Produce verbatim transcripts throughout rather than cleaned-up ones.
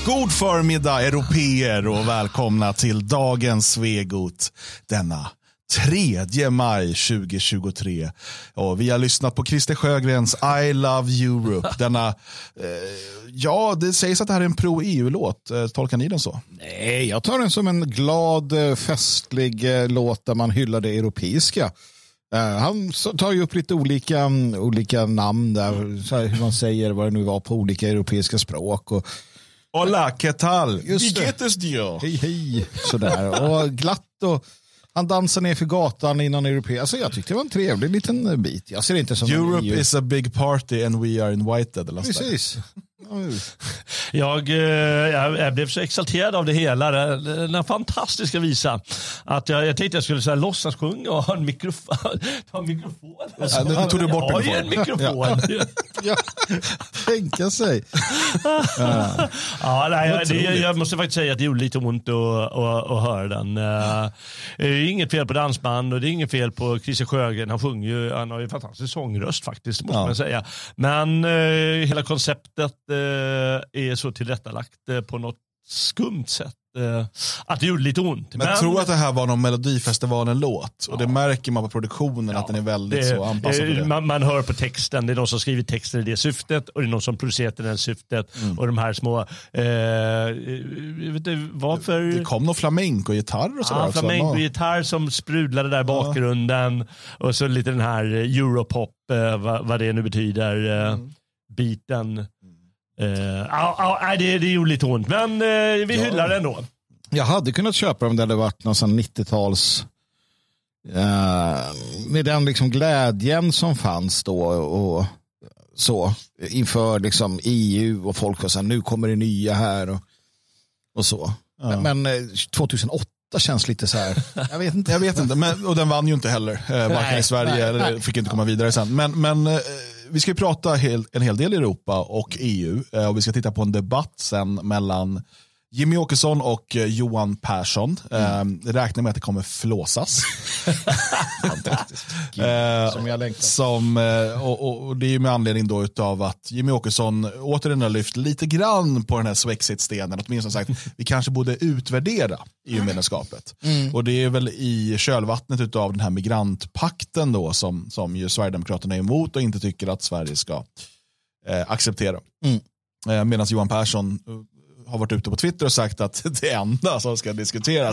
God förmiddag europeer och välkomna till dagens Svegot denna tredje maj tjugohundratjugotre. Och vi har lyssnat på Christer Sjögrens I Love Europe. Denna, eh, ja, det sägs att det här är en pro-E U-låt. Eh, tolkar ni den så? Nej, jag tar den som en glad, festlig eh, låt där man hyllar det europeiska. Uh, han tar ju upp lite olika, olika namn där, så här, hur man säger vad det nu var på olika europeiska språk. Och, Hola, ¿qué tal? Just det. Vilket är hej, hej, sådär. Och glatt och han dansar ner för gatan innan europeiska. Alltså jag tyckte det var en trevlig liten bit. Jag ser det inte som Europe is a big party and we are invited. Eller precis. Jag, jag, jag blev så exalterad av det hela. Den, den fantastiska visa. Att jag, jag tänkte jag skulle så här, låtsas sjunga och ha en mikrofon. Ta en mikrofon. Ja, nu tog du bort jag har ju en mikrofon. Ja. Ja. Tänka sig. Ja. Ja, nej, jag, det, jag måste faktiskt säga att det gjorde lite ont att, att, att höra den. Uh, det är inget fel på dansband och det är inget fel på Christer Sjögren. Han sjunger ju, han har ju en fantastisk sångröst faktiskt, måste ja. man säga. Men uh, hela konceptet uh, är så tillrättalagt uh, på något skumt sätt. Uh, att det gjorde lite ont. Men, men jag tror att det här var någon Melodifestivalen-låt. Och ja. det märker man på produktionen ja, att den är väldigt det, så anpassad det, det. Man, man hör på texten, det är någon som skrivit texten i det syftet och det är någon som producerat i det syftet. Mm. Och de här små eh, vet du, varför? Det, det kom någon flamenco-gitarr och sådär. Ja, flamenco-gitarr som sprudlade där i bakgrunden. Ja. Och så lite den här Europop, eh, vad, vad det nu betyder, eh, mm. biten. Uh, ah, ah, det, det gjorde lite ont, men uh, vi ja. hyllar den då. Jag hade kunnat köpa dem där det varit någon sån nittio-tals uh, med den liksom glädjen som fanns då och så inför liksom E U och folk och så nu kommer det nya här och, och så. Ja. Men uh, tjugohundraåtta känns lite så här. Jag vet inte. Jag vet inte, men, och den vann ju inte heller. Eh, varken i Sverige nej, eller nej. fick inte komma vidare sen. Men, men eh, vi ska ju prata hel, en hel del i Europa och E U. Eh, och vi ska titta på en debatt sen mellan Jimmy Åkesson och eh, Johan Persson. Mm. Eh, räknar med att det kommer flåsas. Fantastiskt. eh, som jag längtar. Som, eh, och, och, och det är ju med anledning då utav att Jimmy Åkesson återigen har lyft lite grann på den här Swexit-stenen. Åtminstone sagt, vi kanske borde utvärdera E U-medlemskapet. Mm. Och det är väl i kölvattnet utav den här migrantpakten då som, som ju Sverigedemokraterna är emot och inte tycker att Sverige ska eh, acceptera. Mm. Eh, medan Johan Persson har varit ute på Twitter och sagt att det enda som ska diskuteras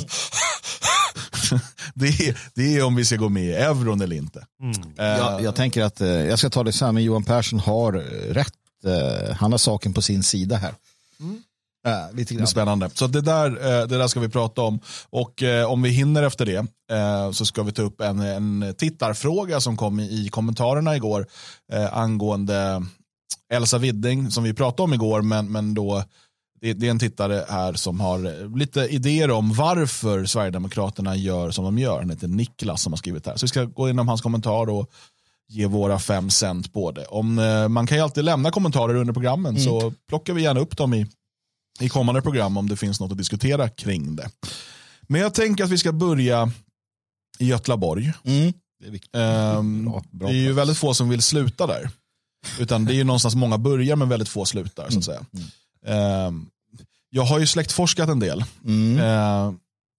det, är, det är om vi ska gå med i euron eller inte. Mm. Uh, jag, jag tänker att uh, jag ska ta det så här, men Johan Persson har rätt. Uh, han har saken på sin sida här. Mm. Uh, lite grann. Spännande. Så det där, uh, det där ska vi prata om. Och uh, om vi hinner efter det uh, så ska vi ta upp en, en tittarfråga som kom i, i kommentarerna igår uh, angående Elsa Widding som vi pratade om igår, men, men då Det, det är en tittare här som har lite idéer om varför Sverigedemokraterna gör som de gör. Han heter Niklas som har skrivit här. Så vi ska gå igenom hans kommentar och ge våra fem cent på det. Om, eh, man kan ju alltid lämna kommentarer under programmen mm. så plockar vi gärna upp dem i, i kommande program om det finns något att diskutera kring det. Men jag tänker att vi ska börja i Götlaborg. Mm. Det är viktigt. Um, bra, bra det är ju väldigt få som vill sluta där. Utan det är ju någonstans många börjar men väldigt få slutar mm. så att säga. Mm. Uh, jag har ju släktforskat en del. Mm. Uh,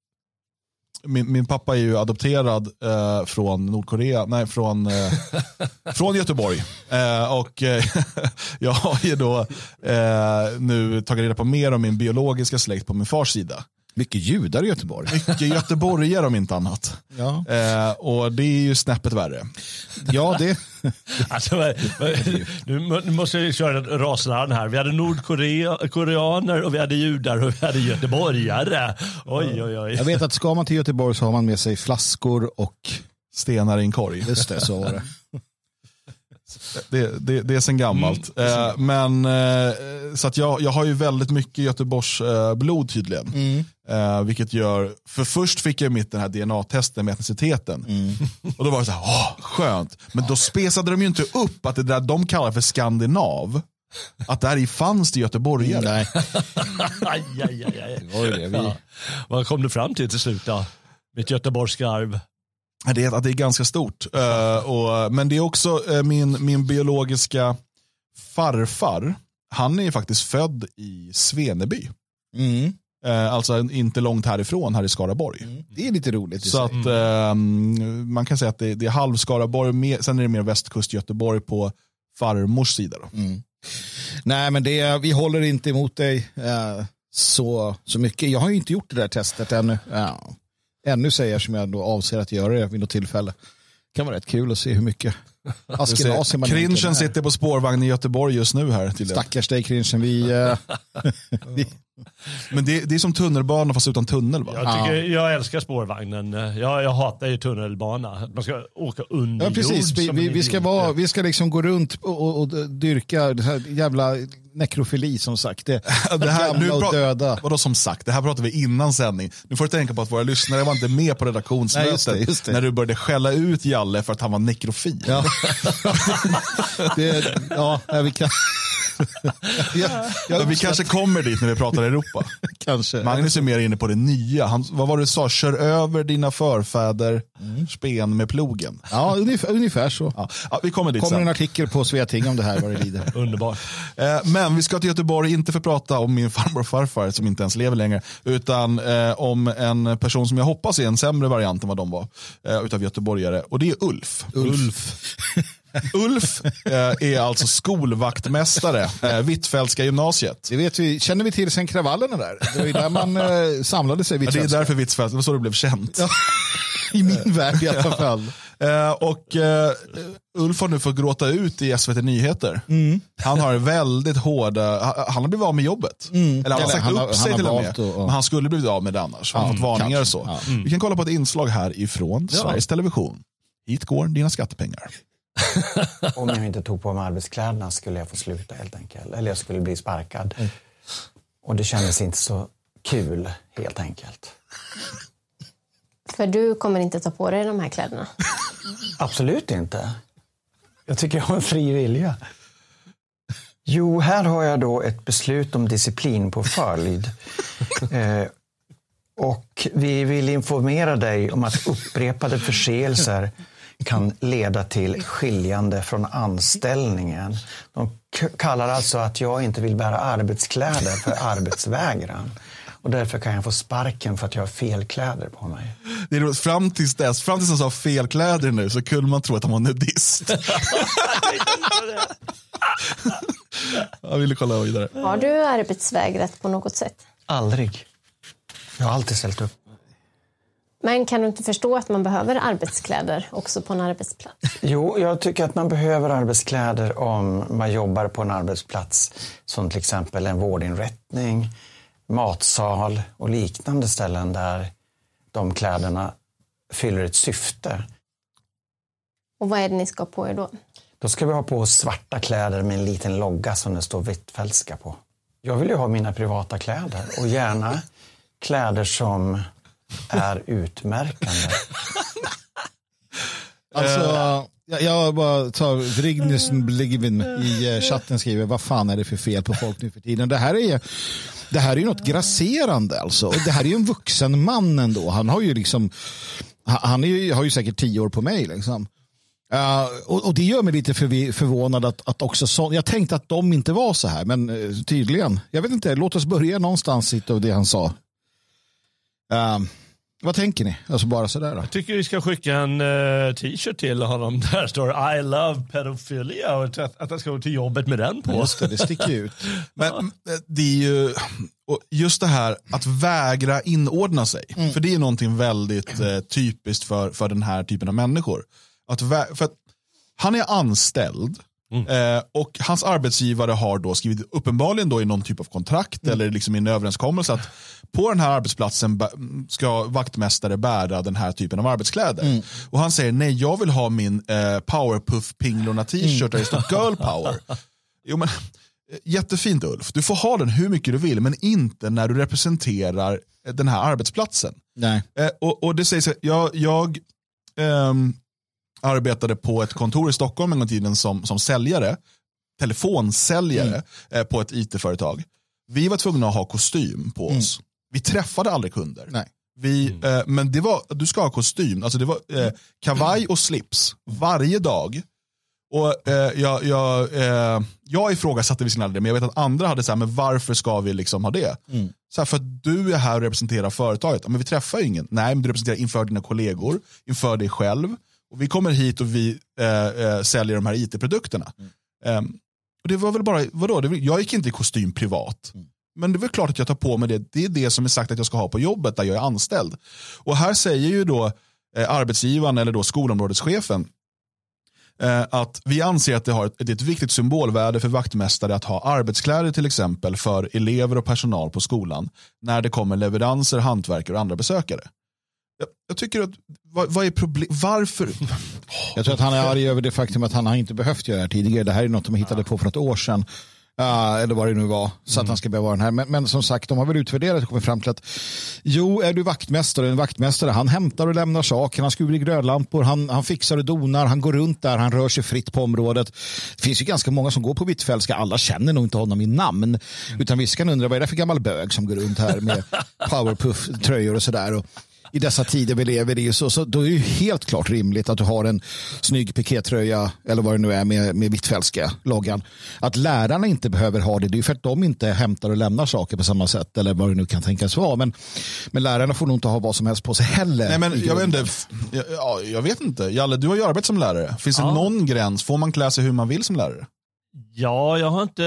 min, min pappa är ju adopterad uh, från Nordkorea, nej från, uh, från Göteborg. Uh, och uh, jag har ju då uh, nu tagit reda på mer om min biologiska släkt på min fars sida. Mycket judar i Göteborg. Mycket göteborgare om inte annat. Ja. Eh, och det är ju snäppet värre. Ja, det... alltså, nu måste jag köra en raslarm här. Vi hade nordkoreaner och vi hade judar och vi hade göteborgare. Oj, oj, oj. Jag vet att ska man till Göteborg så har man med sig flaskor och... stenar i en korg. Just det, så var det. Det, det, det är sen gammalt. Mm. Eh, men eh, så att jag, jag har ju väldigt mycket Göteborgs eh, blod tydligen. Mm. Eh, vilket gör, för först fick jag mitt den här D N A-testen med etniciteten. Mm. Och då var det så här, åh, skönt. Men då spesade de ju inte upp att det där de kallar för skandinav, att där i fanns det göteborgare. Nej. aj, aj, aj, aj. Det var ju det vi... ja. Vad kom du fram till till slut då? Mitt göteborgska arv. Det är att det är ganska stort. Uh, och, men det är också uh, min, min biologiska farfar. Han är faktiskt född i Sveneby. Mm. Eh, alltså inte långt härifrån, här i Skaraborg. Mm. Det är lite roligt. Så att eh, man kan säga att det, det är halv Skaraborg, med, sen är det mer västkust Göteborg på farmors sida. Då. Mm. Nej, men det, vi håller inte emot dig eh, så, så mycket. Jag har ju inte gjort det där testet ännu. Ja. Ännu säger jag som jag då avser att göra det vid något tillfälle. Det kan vara rätt kul att se hur mycket askenaser man Cringen sitter på spårvagn i Göteborg just nu här. Till Stackars dig, Cringen. Vi, uh, vi... Men det, det är som tunnelbana fast utan tunnel, va? Jag, tycker, jag älskar spårvagnen. Jag, jag hatar ju tunnelbana. Man ska åka under ja, precis. jord. Vi, vi, vi, ska vara, vi ska liksom gå runt och, och, och dyrka det här jävla nekrofili, som sagt. Det, det här, gamla och döda. Vadå som sagt? Det här pratade vi innan sändning. Nu får du tänka på att våra lyssnare var inte med på redaktionsmötet. Nej, just det, just det. När du började skälla ut Jalle för att han var nekrofil. Ja, det, ja vi kan... jag, jag vi kanske kommer dit när vi pratar Europa. Kanske. Magnus är mer inne på det nya. Han, vad var det du sa? Kör över dina förfäder mm. spen med plogen. Ja, ungefär, ungefär så. Ja, ja, vi kommer dit kommer sen. en artikel på Sveating om det här, vad det lider. Underbart. Eh, men vi ska till Göteborg, inte för att prata om min farmor och farfar som inte ens lever längre, utan eh, om en person som jag hoppas är en sämre variant än vad de var, eh, utav göteborgare. Och det är Ulf. Ulf. Ulf eh, är alltså skolvaktmästare, eh, Hvitfeldtska gymnasiet. Det vet vi, känner vi till sen kravallerna där. Det var ju där man eh, samlade sig. Ja, det är därför Hvitfeldt, det var så det blev känt. Ja. I min värld i alla fall. Eh, och eh, Ulf har nu fått gråta ut i S V T Nyheter. Mm. Han har väldigt hårda, han, han har blivit av med jobbet. Mm. Eller han har sagt han upp har, sig till och med. Och, och. Men han skulle blivit av med det annars. Han har mm, fått varningar och så. Ja. Mm. Vi kan kolla på ett inslag här ifrån ja. Sveriges Television. Hit går dina skattepengar. Om jag inte tog på mig arbetskläderna skulle jag få sluta helt enkelt. Eller jag skulle bli sparkad. Mm. Och det kändes inte så kul helt enkelt. För du kommer inte ta på dig de här kläderna? Absolut inte. Jag tycker jag har en fri vilja. Jo, här har jag då ett beslut om disciplin på förlyd. eh, och vi vill informera dig om att upprepade förseelser kan leda till skiljande från anställningen. De k- kallar alltså att jag inte vill bära arbetskläder för arbetsvägran. Och därför kan jag få sparken för att jag har fel kläder på mig. Det är roligt, fram tills dess, fram tills han sa fel kläder nu så kunde man tro att han var nudist. Jag ville kolla vidare. Har du arbetsvägrat på något sätt? Aldrig. Jag har alltid ställt upp. Men kan du inte förstå att man behöver arbetskläder också på en arbetsplats? Jo, jag tycker att man behöver arbetskläder om man jobbar på en arbetsplats som till exempel en vårdinrättning, matsal och liknande ställen där de kläderna fyller ett syfte. Och vad är det ni ska ha på er då? Då ska vi ha på svarta kläder med en liten logga som det står Hvitfeldtska på. Jag vill ju ha mina privata kläder och gärna kläder som är utmärkande. Alltså, jag, jag bara tar Vrignusen Bligvin i chatten skriver, vad fan är det för fel på folk nu för tiden? Det här är det här är ju något grasserande alltså. Det här är ju en vuxen man ändå. Han har ju liksom han är ju, har ju säkert tio år på mig liksom. Uh, och, och det gör mig lite förv- förvånad att, att också så, jag tänkte att de inte var så här, men uh, tydligen. Jag vet inte, låt oss börja någonstans av det han sa. Uh, vad tänker ni? Alltså bara sådär då. Jag tycker vi ska skicka en uh, t-shirt till honom där det står I love pedophilia och att, att han ska gå till jobbet med den på. Just det, det sticker ut. Men det är ju just det här att vägra inordna sig. Mm. För det är någonting väldigt eh, typiskt för, för den här typen av människor. Att vä- för att han är anställd mm. eh, och hans arbetsgivare har då skrivit uppenbarligen då i någon typ av kontrakt mm. eller liksom i en överenskommelse att på den här arbetsplatsen ska vaktmästare bära den här typen av arbetskläder. Mm. Och han säger nej, jag vill ha min eh, Powerpuff Pinglorna t-shirt mm. där det står Girl Power. Jo men jättefint Ulf, du får ha den hur mycket du vill men inte när du representerar den här arbetsplatsen. Nej. Eh, och, och det säger så jag, jag ehm, arbetade på ett kontor i Stockholm en gång tiden som, som säljare, telefonsäljare mm. eh, på ett I T-företag. Vi var tvungna att ha kostym på oss. Mm. Vi träffade aldrig kunder. Nej. Vi, mm. eh, men det var, du ska ha kostym. Alltså det var eh, kavaj och slips varje dag. Och eh, jag, jag, eh, jag ifrågasatte visserligen aldrig det, men jag vet att andra hade så här, men varför ska vi liksom ha det? Mm. Så här, för att du är här och representerar företaget. Men vi träffar ju ingen. Nej, men du representerar inför dina kollegor, inför dig själv. Och vi kommer hit och vi eh, eh, säljer de här I T-produkterna. Mm. Um, och det var väl bara, vadå? Det var, jag gick inte i kostym privat. Mm. Men det är väl klart att jag tar på mig det. Det är det som är sagt att jag ska ha på jobbet där jag är anställd. Och här säger ju då eh, arbetsgivaren eller då skolområdeschefen eh, att vi anser att det har ett, det är ett viktigt symbolvärde för vaktmästare att ha arbetskläder till exempel för elever och personal på skolan när det kommer leveranser, hantverkare och andra besökare. Jag, jag tycker att, vad, vad är problem, varför? Jag tror att han är arg över det faktum att han har inte behövt göra det här tidigare. Det här är något de hittade på för ett år sedan. Uh, eller vad det nu var, så att mm. han ska behöva vara den här. Men, men som sagt, de har väl utvärderat och kommit fram till att jo, är du vaktmästare, en vaktmästare, han hämtar och lämnar saker, han skruvar i glödlampor, han, han fixar och donar, han går runt där, han rör sig fritt på området. Det finns ju ganska många som går på Hvitfeldtska, alla känner nog inte honom i namn, mm. utan vi ska undra vad är det för gammal bög som går runt här med powerpuff-tröjor och sådär. Och i dessa tider vi lever i så, så då är det ju helt klart rimligt att du har en snygg pikétröja eller vad det nu är med, med Hvitfeldtska loggan. Att lärarna inte behöver ha det, det är ju för att de inte hämtar och lämnar saker på samma sätt eller vad det nu kan tänkas vara. Men, men lärarna får nog inte ha vad som helst på sig heller. Nej, men jag vet inte, jag, jag vet inte. Jalle, du har ju arbetat som lärare. Finns det ja. någon gräns? Får man klä sig hur man vill som lärare? Ja, jag har inte,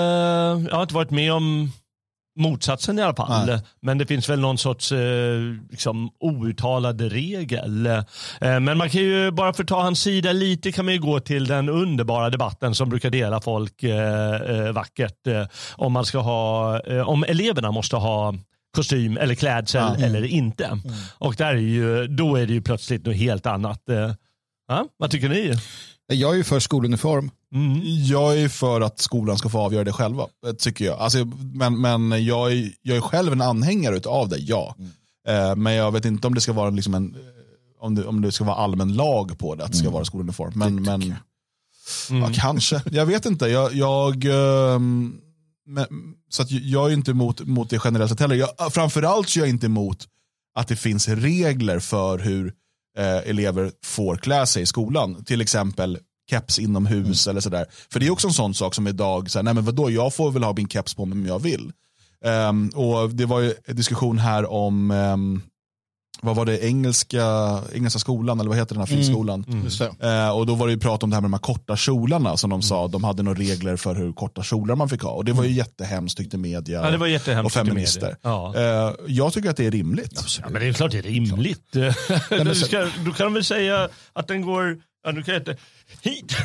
jag har inte varit med om motsatsen i alla fall. Nej. Men det finns väl någon sorts eh, liksom, outtalad regel. Eh, men man kan ju bara för att ta hans sida lite kan man ju gå till den underbara debatten som brukar dela folk eh, eh, vackert. Eh, om man ska ha, eh, om eleverna måste ha kostym eller klädsel mm. eller inte. Mm. Och där är ju, då är det ju plötsligt något helt annat. Eh, ja, vad tycker ni? Jag är ju för skoluniform. Mm. Jag är för att skolan ska få avgöra det själva, tycker jag. Alltså, men men jag, är, jag är själv en anhängare av det, ja. Mm. Eh, men jag vet inte om det ska vara liksom en, om det, om det ska vara allmän lag på det, att det ska mm. vara skoluniform. Men, men mm. ja, kanske. Jag vet inte. Jag, jag, um, men, så att jag är inte emot mot det generellt sett heller. Jag, framförallt så är jag inte emot att det finns regler för hur eh, elever får klä sig i skolan. Till exempel keps inomhus mm. eller sådär. För det är också en sån sak som idag, så här, nej men vadå, jag får väl ha min keps på mig om jag vill. Um, och det var ju en diskussion här om um, vad var det, engelska engelska skolan eller vad heter den här friskolan. Mm. Mm. Uh, och då var det ju prat om det här med de här korta kjolarna som de sa, mm. de hade några regler för hur korta kjolar man fick ha. Och det var ju mm. jättehemskt tyckte media ja, det var jättehemskt, och feminister. Ja. Uh, jag tycker att det är rimligt. Ja, men det är klart det är rimligt. du ska, du kan väl säga att den går, ja, du kan inte hit.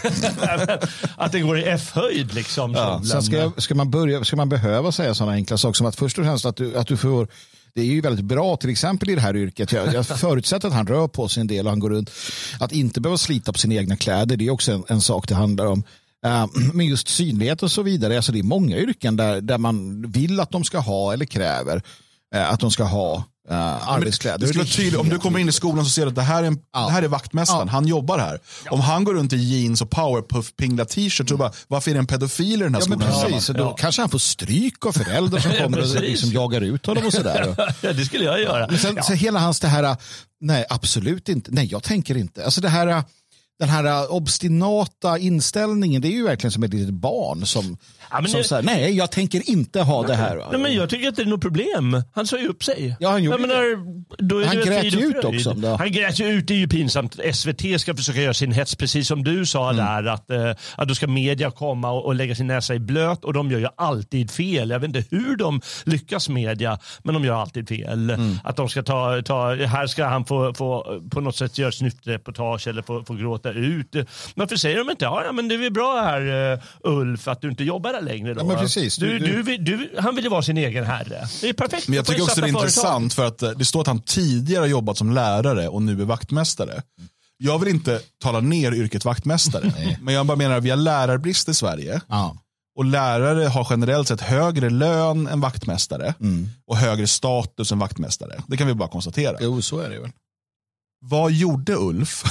Att det går i F-höjd liksom. Ja, sen ska, jag, ska, man börja, ska man behöva säga sådana enkla saker som att först och främst att du, att du får, det är ju väldigt bra till exempel i det här yrket. Jag, jag förutsätter att han rör på sig en del och han går runt. Att inte behöva slita på sina egna kläder, det är också en, en sak det handlar om. Uh, men just synlighet och så vidare, alltså det är många yrken där, där man vill att de ska ha eller kräver uh, att de ska ha Uh, arbetskläder. Det det tydligt, om du kommer in i skolan så ser du att det här är, en, ja. det här är vaktmästaren, ja. han jobbar här. Ja. Om han går runt i jeans och powerpuff pingla t-shirt så bara, varför är det en pedofil i den här ja, skolan? Men precis, så då ja. kanske han får stryk av föräldrar som kommer och liksom jagar ut honom och sådär. Ja, det skulle jag göra. Men sen ja. så hela hans det här, nej absolut inte, nej jag tänker inte. Alltså det här, den här obstinata inställningen, det är ju verkligen som ett litet barn som, ja, som det... säger, nej jag tänker inte ha nej. det här. Nej, men jag tycker att det är något problem. Han sa ju upp sig. Ja, han gjorde menar, då är han det grät ju ut också. Då. Han grät ju ut, det är ju pinsamt. S V T ska försöka göra sin hets, precis som du sa mm. där, att, eh, att då ska media komma och, och lägga sin näsa i blöt och de gör ju alltid fel. Jag vet inte hur de lyckas media, men de gör alltid fel. Mm. Att de ska ta, ta, här ska han få, få på något sätt göra snyftreportage eller få, få gråta ut. Varför säger de inte, ja men det är bra här uh, Ulf att du inte jobbar där längre då. Ja, men precis. Du, du, du, du, han vill ju vara sin egen herre. Det är perfekt. Men jag tycker också det är intressant för att det står att han tidigare har jobbat som lärare och nu är vaktmästare. Jag vill inte tala ner yrket vaktmästare. Men jag bara menar att vi har lärarbrist i Sverige. Ja. Och lärare har generellt sett högre lön än vaktmästare. Mm. Och högre status än vaktmästare. Det kan vi bara konstatera. Jo, så är det väl. Vad gjorde Ulf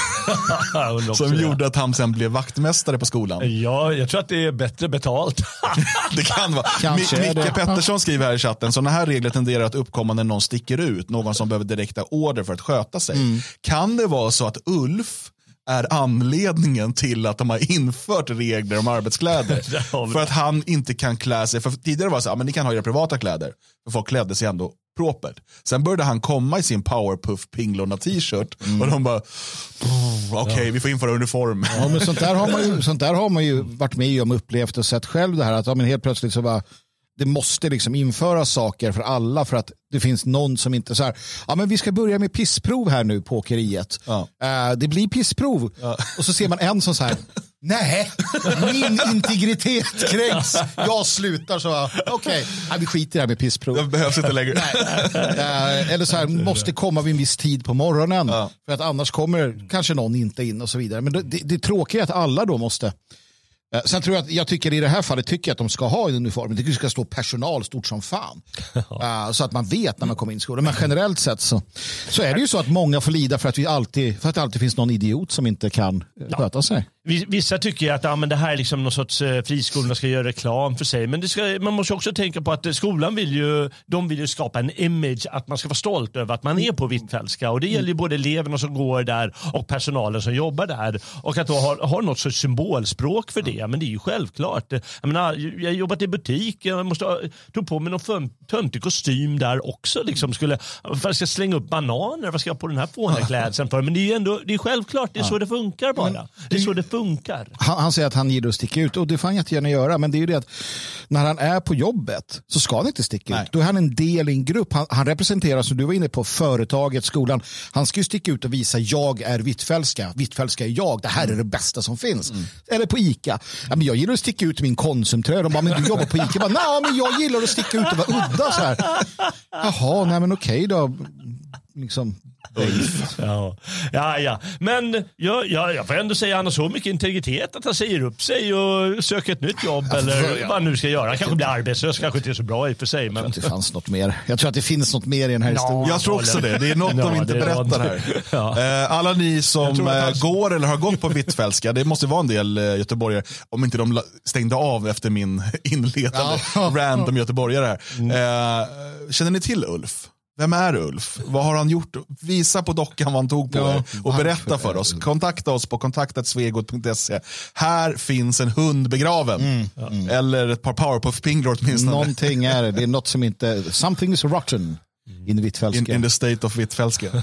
som ja. gjorde att han sen blev vaktmästare på skolan? Ja, jag tror att det är bättre betalt. Det kan vara. M- Micke Pettersson skriver här i chatten, sådana här regler tenderar att uppkomma när någon sticker ut, någon som behöver direkta order för att sköta sig. Mm. Kan det vara så att Ulf är anledningen till att de har infört regler om arbetskläder. För att han inte kan klä sig. För tidigare var det så här, men ni kan ha era privata kläder. För folk klädde sig ändå propert. Sen började han komma i sin Powerpuff Pinglorna t-shirt. Mm. Och de bara, okej, okay, ja. vi får införa uniform. Ja, men sånt där har man ju, sånt där har man ju varit med om, upplevt och sett själv det här. Att ja, men helt plötsligt så bara, det måste liksom införas saker för alla för att det finns någon som inte så här, ja men vi ska börja med pissprov här nu på åkeriet. Ja. Uh, det blir pissprov. Ja. Och så ser man en som så här, nej, min integritet kränks. Jag slutar så, okej, okay, vi skiter här med pissprov. Det behövs inte längre. uh, eller så här, måste komma vid en viss tid på morgonen. Ja. För att annars kommer kanske någon inte in och så vidare. Men det, det, det är tråkigt att alla då måste. Sen tror jag att jag tycker i det här fallet tycker jag att de ska ha en uniform. Det ska stå personal stort som fan. uh, så att man vet när man kommer in i skolan. Men generellt sett så, så är det ju så att många får lida för att, vi alltid, för att det alltid finns någon idiot som inte kan ja. sköta sig. Vissa tycker att ja, men det här är liksom någon sorts eh, friskolorna ska göra reklam för sig. Men det ska, man måste också tänka på att skolan vill ju, de vill ju skapa en image att man ska vara stolt över att man är på Hvitfeldtska. Och det gäller ju både eleverna som går där och personalen som jobbar där. Och att då ha, ha något sorts symbolspråk för det. Men det är ju självklart. Jag menar, jag har jobbat i butik. Jag måste ha, tog på mig någon töntig kostym där också. Liksom skulle, för jag ska slänga upp bananer. Vad ska jag på den här fåniga klädseln för? Men det är ju ändå, det är självklart. Det är så det funkar bara. Det är så det funkar. Han, han säger att han gillar att sticka ut och det får han jättegärna göra, men det är ju det att när han är på jobbet så ska han inte sticka Nej. ut. Då är han en del i en grupp. Han, han representerar, som du var inne på, företaget, skolan. Han ska ju sticka ut och visa jag är Hvitfeldtska. Hvitfeldtska är jag. Det här mm. är det bästa som finns. Mm. Eller på ICA. Ja, men jag gillar att sticka ut min Konsumtröja. De bara, men du jobbar på ICA. Bara, nej, men jag gillar att sticka ut och vara udda så här. Jaha, nej men okej då. Liksom... Ja, ja, ja. Men jag, jag, jag får ändå säga att han har så mycket integritet att han säger upp sig och söker ett nytt jobb ja, eller ja. vad han nu ska göra. Han kanske blir arbetslös, kanske inte är så bra i för sig. Men... Jag tror att det fanns något mer. Jag tror att det finns något mer i den här ja, historien. Jag tror också det. Det är något ja, de inte berättar här. Ja. Alla ni som fanns... går eller har gått på Hvitfeldtska, det måste vara en del göteborgare, om inte de stängde av efter min inledande ja. random göteborgare här. Mm. Känner ni till Ulf? Vem är Ulf? Vad har han gjort? Visa på dockan vad han tog på ja, och berätta för oss. Kontakta oss på kontaktat svegot punkt se. Här finns en hund begraven. Mm, mm. Eller ett par Powerpuff Pinglor åtminstone. Någonting är det. Det är något som inte... Something is rotten in Hvitfeldtska. In, in the state of Hvitfeldtska.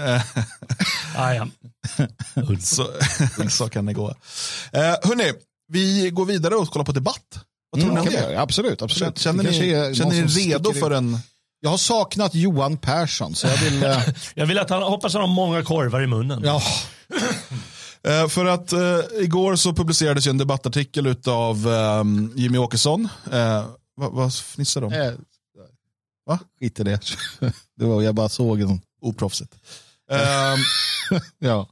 ah, ja. så, så kan det gå. Uh, hörrni, vi går vidare och kollar på debatt. Vad tror mm, ni om det? Absolut, absolut. Känner ni, känner ni redo för en... Jag har saknat Johan Persson så jag vill... Uh... jag vill att han hoppas han har många korvar i munnen. Ja. uh, för att uh, igår så publicerades ju en debattartikel utav um, Jimmy Åkesson. Uh, vad va fnissar de? Uh, Va? Skit i det. det var, jag bara såg en... Oproffsigt. Uh, ja.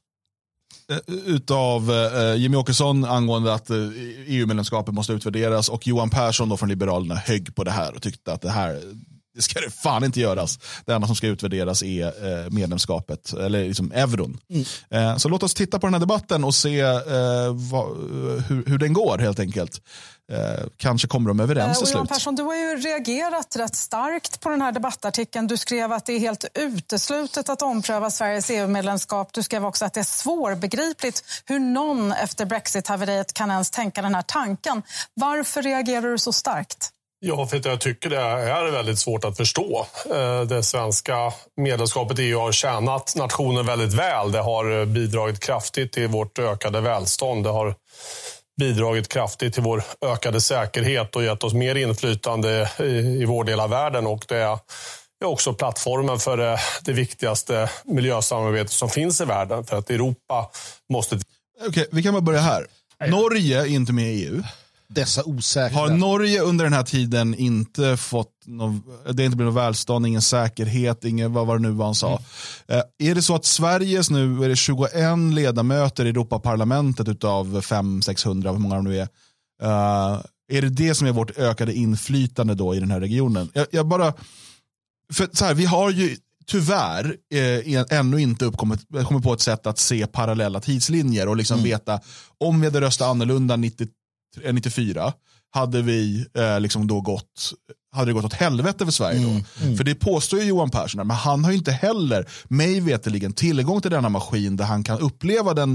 Utav uh, Jimmy Åkesson angående att uh, E U-medlemskapet måste utvärderas och Johan Persson då från Liberalerna högg på det här och tyckte att det här... Det ska det fan inte göras. Det enda som ska utvärderas är eh, medlemskapet, eller liksom euron. Mm. Eh, så låt oss titta på den här debatten och se eh, vad, hur, hur den går helt enkelt. Eh, kanske kommer de överens till slut. Johan Persson, du har ju reagerat rätt starkt på den här debattartikeln. Du skrev att det är helt uteslutet att ompröva Sveriges E U-medlemskap. Du skrev också att det är svårbegripligt hur någon efter Brexit-haveriet kan ens tänka den här tanken. Varför reagerar du så starkt? Ja, för att jag tycker det är väldigt svårt att förstå. Det svenska medlemskapet i E U har tjänat nationen väldigt väl. Det har bidragit kraftigt till vårt ökade välstånd. Det har bidragit kraftigt till vår ökade säkerhet och gett oss mer inflytande i vår del av världen. Och det är också plattformen för det viktigaste miljösamarbetet som finns i världen. För att Europa måste... Okej, vi kan bara börja här. Norge är inte med i E U. Dessa osäkra. Har Norge under den här tiden inte fått någon, det är inte blivit någon välstånd, ingen säkerhet, ingen, vad var det nu vad han sa. Mm. Eh, är det så att Sveriges nu är det tjugoen ledamöter i Europaparlamentet utav fem till sexhundra, hur många de nu är. Eh, är det det som är vårt ökade inflytande då i den här regionen? Jag, jag bara, för så här, vi har ju tyvärr eh, ännu inte uppkommit kommit på ett sätt att se parallella tidslinjer och liksom mm. veta om vi hade röstat annorlunda nittio nittiofyra hade vi eh, liksom då gått hade det gått åt helvete för Sverige då. Mm, mm. För det påstår ju Johan Persson, men han har ju inte heller mig veterligen tillgång till denna maskin där han kan uppleva den,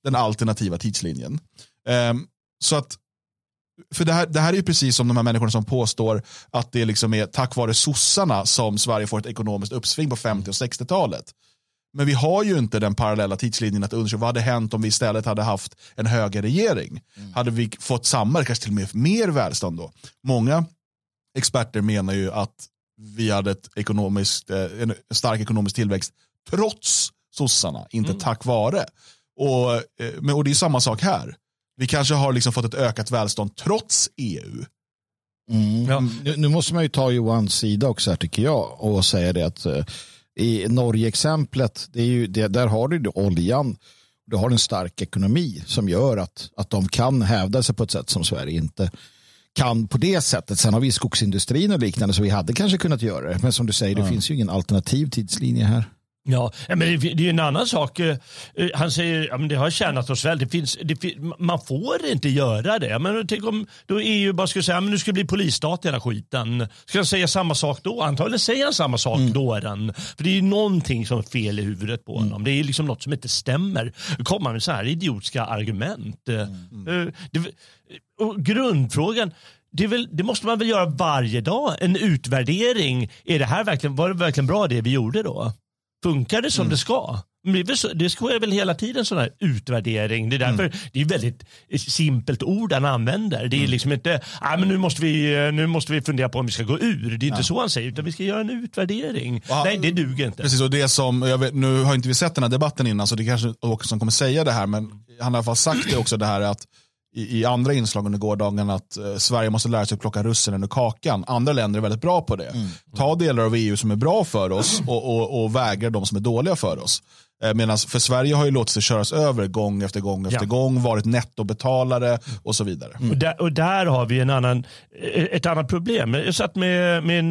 den alternativa tidslinjen. Um, så att För det här, det här är ju precis som de här människorna som påstår att det liksom är tack vare sossarna som Sverige får ett ekonomiskt uppsving på femtio- och sextiotalet. Men vi har ju inte den parallella tidslinjen att undersöka vad hade hänt om vi istället hade haft en högerregering. Mm. Hade vi fått samma, kanske till och med mer välstånd då? Många experter menar ju att vi hade ett ekonomiskt, en stark ekonomisk tillväxt trots sossarna, inte mm. tack vare. Och, och det är samma sak här. Vi kanske har liksom fått ett ökat välstånd trots E U. Mm. Ja. Nu, nu måste man ju ta Johans sida också här, tycker jag, och säga det att uh, i Norge-exemplet, det är ju, det, där har du oljan, du har en stark ekonomi som gör att, att de kan hävda sig på ett sätt som Sverige inte kan på det sättet. Sen har vi skogsindustrin och liknande, så vi hade kanske kunnat göra det. Men som du säger, det mm. finns ju ingen alternativ tidslinje här. Ja, men det, det är ju en annan sak. Han säger att det har tjänat oss väl. Det finns, det, man får inte göra det. Men tänk om då E U bara skulle säga men nu ska det bli polisstat i hela skiten. Ska han säga samma sak då? Antagligen säger han samma sak mm. då. Den. För det är ju någonting som är fel i huvudet på honom. Mm. Det är liksom något som inte stämmer. Kommer med så här idiotiska argument. Mm. Det, och grundfrågan, Det, väl, det måste man väl göra varje dag. En utvärdering. Är det här verkligen, var det verkligen bra det vi gjorde då? Funkar det som mm. det ska? Det ska väl hela tiden sån här utvärdering. Det är därför mm. det är väldigt simpelt ord han använder. Det är liksom inte, ah, men nu måste vi nu måste vi fundera på om vi ska gå ur. Det är inte ja. så han säger, utan vi ska göra en utvärdering. Aha. Nej, det duger inte. Precis, och det som jag vet, nu har inte vi sett den här debatten innan, så det kanske Åkesson kommer säga det här, men han har i alla fall sagt det också, det här att i, i andra inslag under gårdagen att eh, Sverige måste lära sig att plocka russinen ur kakan. Andra länder är väldigt bra på det. Mm. Ta delar av E U som är bra för oss och, och, och vägra de som är dåliga för oss. Eh, Medan för Sverige har ju låtit sig köras över gång efter gång efter ja. gång, varit nettobetalare och så vidare. Mm. Och, där, och där har vi en annan, ett annat problem. Jag satt med min,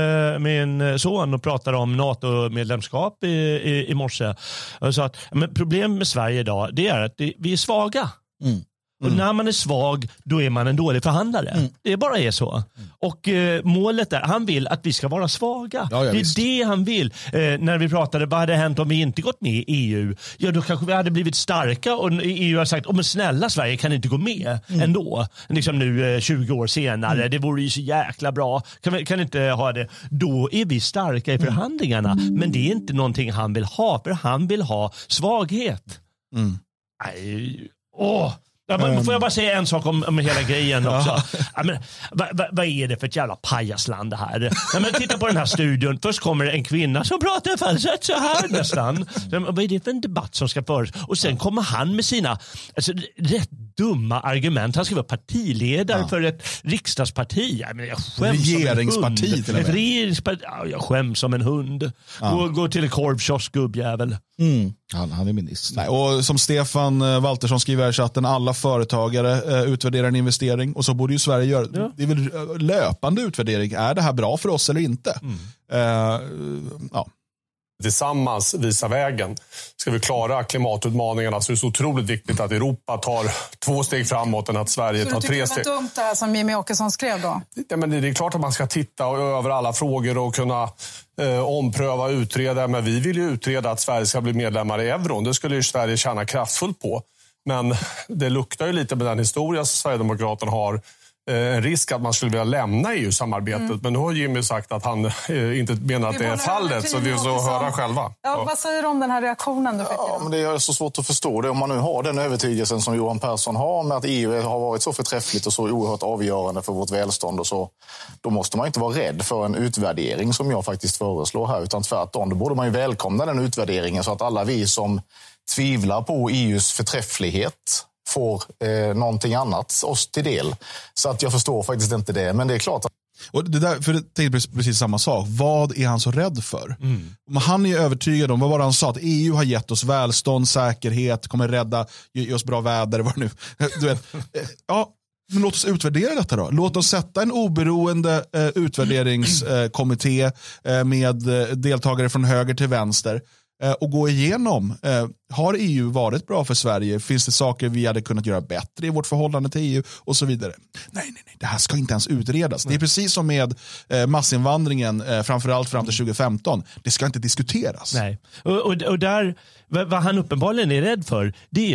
min son och pratade om NATO-medlemskap i, i, i morse. Och sa att men problemet med Sverige idag, det är att det, vi är svaga. Mm. Och mm. när man är svag, då är man en dålig förhandlare. Mm. Det bara är så. Mm. Och eh, målet är, han vill att vi ska vara svaga. Ja, ja, det är visst. det han vill. Eh, när vi pratade, vad hade hänt om vi inte gått med i E U? Ja, då kanske vi hade blivit starka och E U har sagt, oh, men snälla Sverige kan inte gå med mm. ändå. Liksom nu eh, tjugo år senare. Mm. Det vore ju så jäkla bra. Kan vi kan inte ha det. Då är vi starka i förhandlingarna. Mm. Men det är inte någonting han vill ha. För han vill ha svaghet. Mm. Nej, åh. Ja, men får jag bara säga en sak om, om hela grejen också. Ja, men, vad, vad, vad är det för ett jävla pajasland det här? Ja, men titta på den här studion. Först kommer en kvinna som pratar falsett så här nästan. Vad är det för en debatt som ska föras? Och sen kommer han med sina alltså, rätt dumma argument. Han ska vara partiledare ja. för ett riksdagsparti. Ja, men jag skäms regeringsparti som en hund. till och med. Ett regeringsparti. Ja, jag skäms som en hund. Ja. Gå, gå till en korvkiosk, gubbjävel. Mm. Han, han är minister. Nej, och som Stefan Waltersson skriver i chatten, alla företagare eh, utvärderar en investering, och så borde ju Sverige göra. Ja. Det är väl löpande utvärdering. Är det här bra för oss eller inte? Mm. Eh, ja. Tillsammans visa vägen. Ska vi klara klimatutmaningarna så är det så otroligt viktigt att Europa tar två steg framåt än att Sverige så tar tre steg. Så du tycker det var dumt det här som Jimmy Åkesson skrev då? Ja, men det är klart att man ska titta över alla frågor och kunna eh, ompröva och utreda. Men vi vill ju utreda att Sverige ska bli medlemmar i euron. Det skulle ju Sverige tjäna kraftfullt på. Men det luktar ju lite med den historia som Sverigedemokraterna har. En risk att man skulle vilja lämna E U-samarbetet. Mm. Men nu har Jimmy sagt att han eh, inte menar att det är fallet. Så vi får höra själva. Ja, vad säger du om den här reaktionen? Du fick ja, men det är så svårt att förstå det. Om man nu har den övertygelsen som Johan Persson har med att E U har varit så förträffligt och så oerhört avgörande för vårt välstånd. Och så, då måste man inte vara rädd för en utvärdering som jag faktiskt föreslår här. Utan tvärtom, då borde man ju välkomna den utvärderingen så att alla vi som tvivlar på E U:s förträfflighet får eh, någonting annat oss till del. Så att jag förstår faktiskt inte det. Men det är klart att... Och det där, för det är precis samma sak. Vad är han så rädd för? Mm. Han är övertygad om, vad var det han sa? Att E U har gett oss välstånd, säkerhet, kommer rädda, ge oss bra väder, vad nu. Du vet, ja, men låt oss utvärdera detta då. Låt oss sätta en oberoende eh, utvärderingskommitté eh, med eh, deltagare från höger till vänster och gå igenom. Eh, har E U varit bra för Sverige? Finns det saker vi hade kunnat göra bättre i vårt förhållande till E U? Och så vidare. Nej, nej, nej. Det här ska inte ens utredas. Nej. Det är precis som med eh, massinvandringen, eh, framförallt fram till tjugo femton. Det ska inte diskuteras. Nej. Och, och, och där, vad han uppenbarligen är rädd för, det är att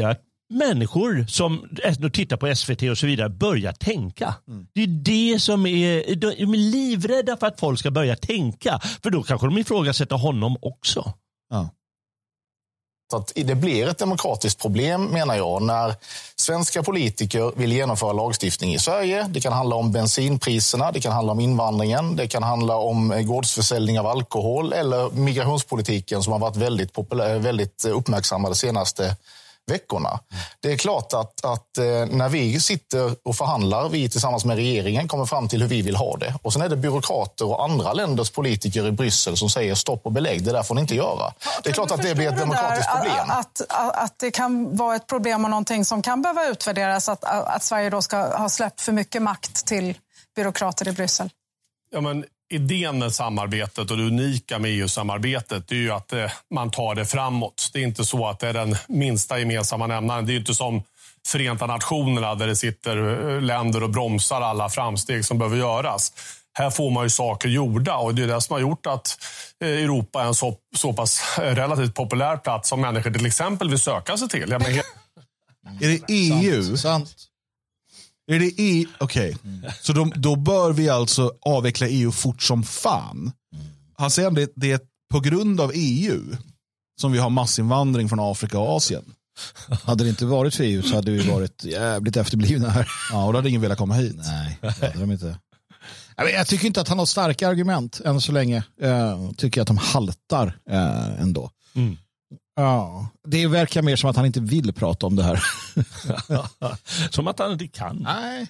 människor som tittar på S V T och så vidare börjar tänka. Mm. Det är det som är, de är livrädda för att folk ska börja tänka. För då kanske de ifrågasätter honom också. Ja. Så att det blir ett demokratiskt problem, menar jag, när svenska politiker vill genomföra lagstiftning i Sverige. Det kan handla om bensinpriserna, det kan handla om invandringen, det kan handla om gårdsförsäljning av alkohol eller migrationspolitiken som har varit väldigt, populär, väldigt uppmärksammade de senaste veckorna. Det är klart att, att när vi sitter och förhandlar, vi tillsammans med regeringen kommer fram till hur vi vill ha det. Och sen är det byråkrater och andra länders politiker i Bryssel som säger stopp och belägg, det där får ni inte göra. Det är klart att det blir ett demokratiskt problem. Att, att, att det kan vara ett problem och någonting som kan behöva utvärderas, att, att Sverige då ska ha släppt för mycket makt till byråkrater i Bryssel. Ja, men idén med samarbetet och det unika med E U-samarbetet är ju att eh, man tar det framåt. Det är inte så att det är den minsta gemensamma nämnaren. Det är ju inte som Förenta Nationerna där det sitter länder och bromsar alla framsteg som behöver göras. Här får man ju saker gjorda och det är det som har gjort att Europa är en så, så pass relativt populär plats som människor till exempel vill söka sig till. Jag menar, är det E U? Sant. Sant. Är det E U? Okej. Okay. Mm. Så då, då bör vi alltså avveckla E U fort som fan. Mm. Han säger att det, det är på grund av E U som vi har massinvandring från Afrika och Asien. Hade det inte varit för E U så hade vi varit jävligt efterblivna här. Ja, och då hade ingen velat komma hit. Nej, det hade de inte. Jag tycker inte att han har starka argument än så länge. Jag tycker att de haltar äh, ändå. Mm. Ja, det verkar mer som att han inte vill prata om det här. Som att han inte kan. Nej.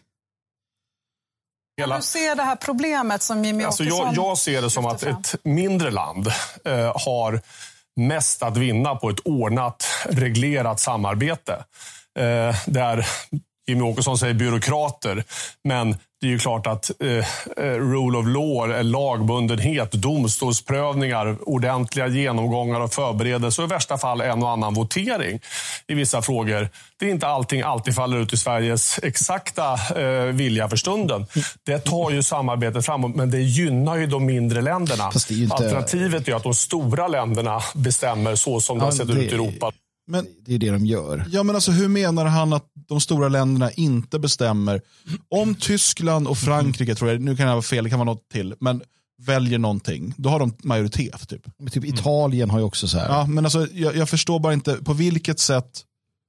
Hela... Du ser det här problemet som Jimmy alltså Åkesson... Jag, jag ser det som att ett mindre land eh, har mest att vinna på ett ordnat, reglerat samarbete. Eh, där Jimmy Åkesson säger byråkrater, men det är ju klart att eh, rule of law, lagbundenhet, domstolsprövningar, ordentliga genomgångar och förberedelser och i värsta fall en och annan votering i vissa frågor. Det är inte allting alltid faller ut i Sveriges exakta eh, vilja för stunden. Det tar ju samarbetet framåt, men det gynnar ju de mindre länderna. Det är inte... Alternativet är att de stora länderna bestämmer så som det har sett det... ut i Europa. Men det är det de gör. Ja, men alltså hur menar han att de stora länderna inte bestämmer? Om Tyskland och Frankrike, tror jag, nu kan jag vara fel, det kan vara något till, men väljer någonting, då har de majoritet typ. Men typ Italien har ju också så här. Ja, men alltså jag, jag förstår bara inte på vilket sätt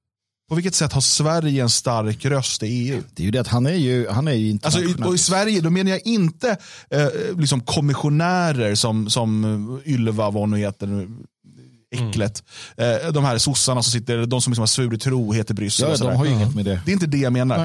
på vilket sätt har Sverige en stark röst i E U? Det är ju det att han är ju, han är ju internationell. Alltså, och i Sverige, då menar jag inte eh, liksom kommissionärer som, som Ylva, vad hon heter, äcklet. Mm. Eh, de här sossarna som sitter, de som liksom har svurit trohet i Bryssel. Ja, och de har ju inget med det. Det är inte det jag menar. Nej.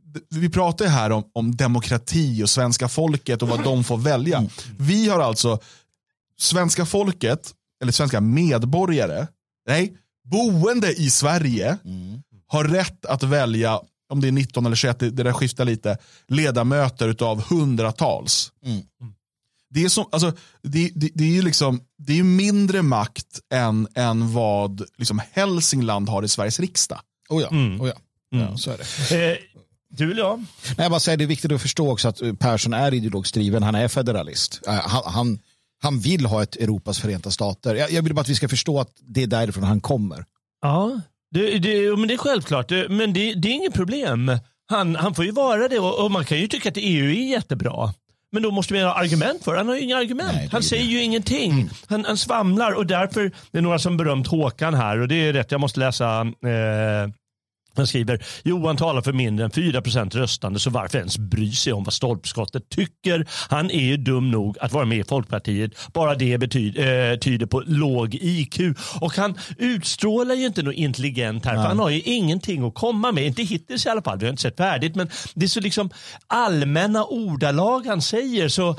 Vi pratar ju här om, om demokrati och svenska folket och vad de får välja. Mm. Vi har alltså svenska folket, eller svenska medborgare, nej, boende i Sverige mm. har rätt att välja, om det är nitton eller tjugoett, det där skiftar lite, ledamöter utav hundratals. Mm. Det är som, alltså, det, det, det är ju liksom, det är ju mindre makt än, än vad liksom Hälsingland har i Sveriges riksdag. Oh ja, mm. oh ja. Mm. ja så är det. Eh, du eller jag? Nej, jag bara säger, det är viktigt att förstå också att Persson är ideologstriven, han är federalist. Han, han, han vill ha ett Europas förenta stater. Jag, jag vill bara att vi ska förstå att det är därifrån han kommer. Ja, det, det, men det är självklart. Men det, det är inget problem. Han, han får ju vara det och, och man kan ju tycka att E U är jättebra. Men då måste vi ha argument för. Han har ju inga argument. Nej, han säger det. ju ingenting. Mm. Han, han svamlar och därför, det är några som berömt Håkan här och det är rätt, jag måste läsa eh, han skriver, Johan talar för mindre än fyra procent röstande, så varför ens bry sig om vad stolpskottet tycker? Han är ju dum nog att vara med i Folkpartiet. Bara det betyder, eh, tyder på låg I Q. Och han utstrålar ju inte något intelligent här, Nej. för han har ju ingenting att komma med. Inte hittills i alla fall, vi har inte sett färdigt, men det är så liksom allmänna ordalag han säger, så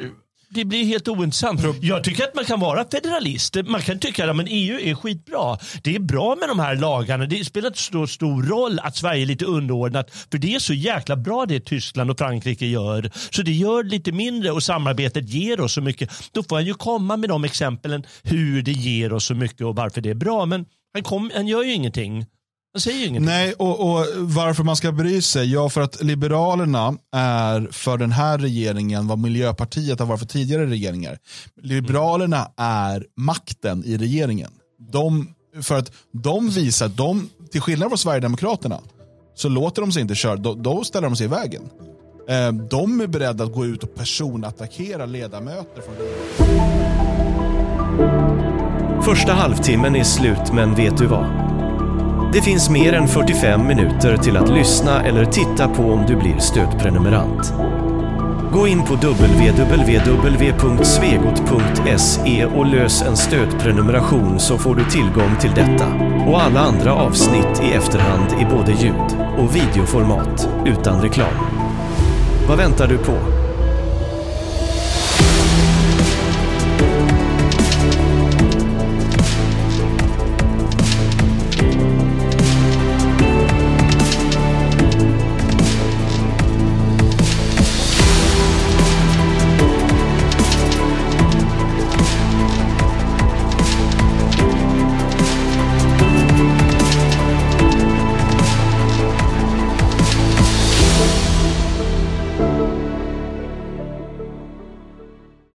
det blir helt ointressant. Jag tycker att man kan vara federalist. Man kan tycka att men E U är skitbra. Det är bra med de här lagarna. Det spelar inte så stor roll att Sverige är lite underordnat. För det är så jäkla bra det Tyskland och Frankrike gör. Så det gör lite mindre och samarbetet ger oss så mycket. Då får han ju komma med de exemplen hur det ger oss så mycket och varför det är bra. Men han, kom, han gör ju ingenting. Han säger ju ingenting. Nej, och, och varför man ska bry sig? Ja, för att Liberalerna är för den här regeringen vad Miljöpartiet har varit för tidigare regeringar. Liberalerna är makten i regeringen. De För att de visar att de, till skillnad från Sverigedemokraterna, så låter de sig inte köra. Då, då ställer de sig i vägen. Eh, de är beredda att gå ut och personattackera ledamöter från regeringen. Första halvtimmen är slut, men vet du vad? Det finns mer än fyrtiofem minuter till att lyssna eller titta på om du blir stödprenumerant. Gå in på w w w punkt svegot punkt se och lös en stödprenumeration, så får du tillgång till detta och alla andra avsnitt i efterhand i både ljud- och videoformat utan reklam. Vad väntar du på?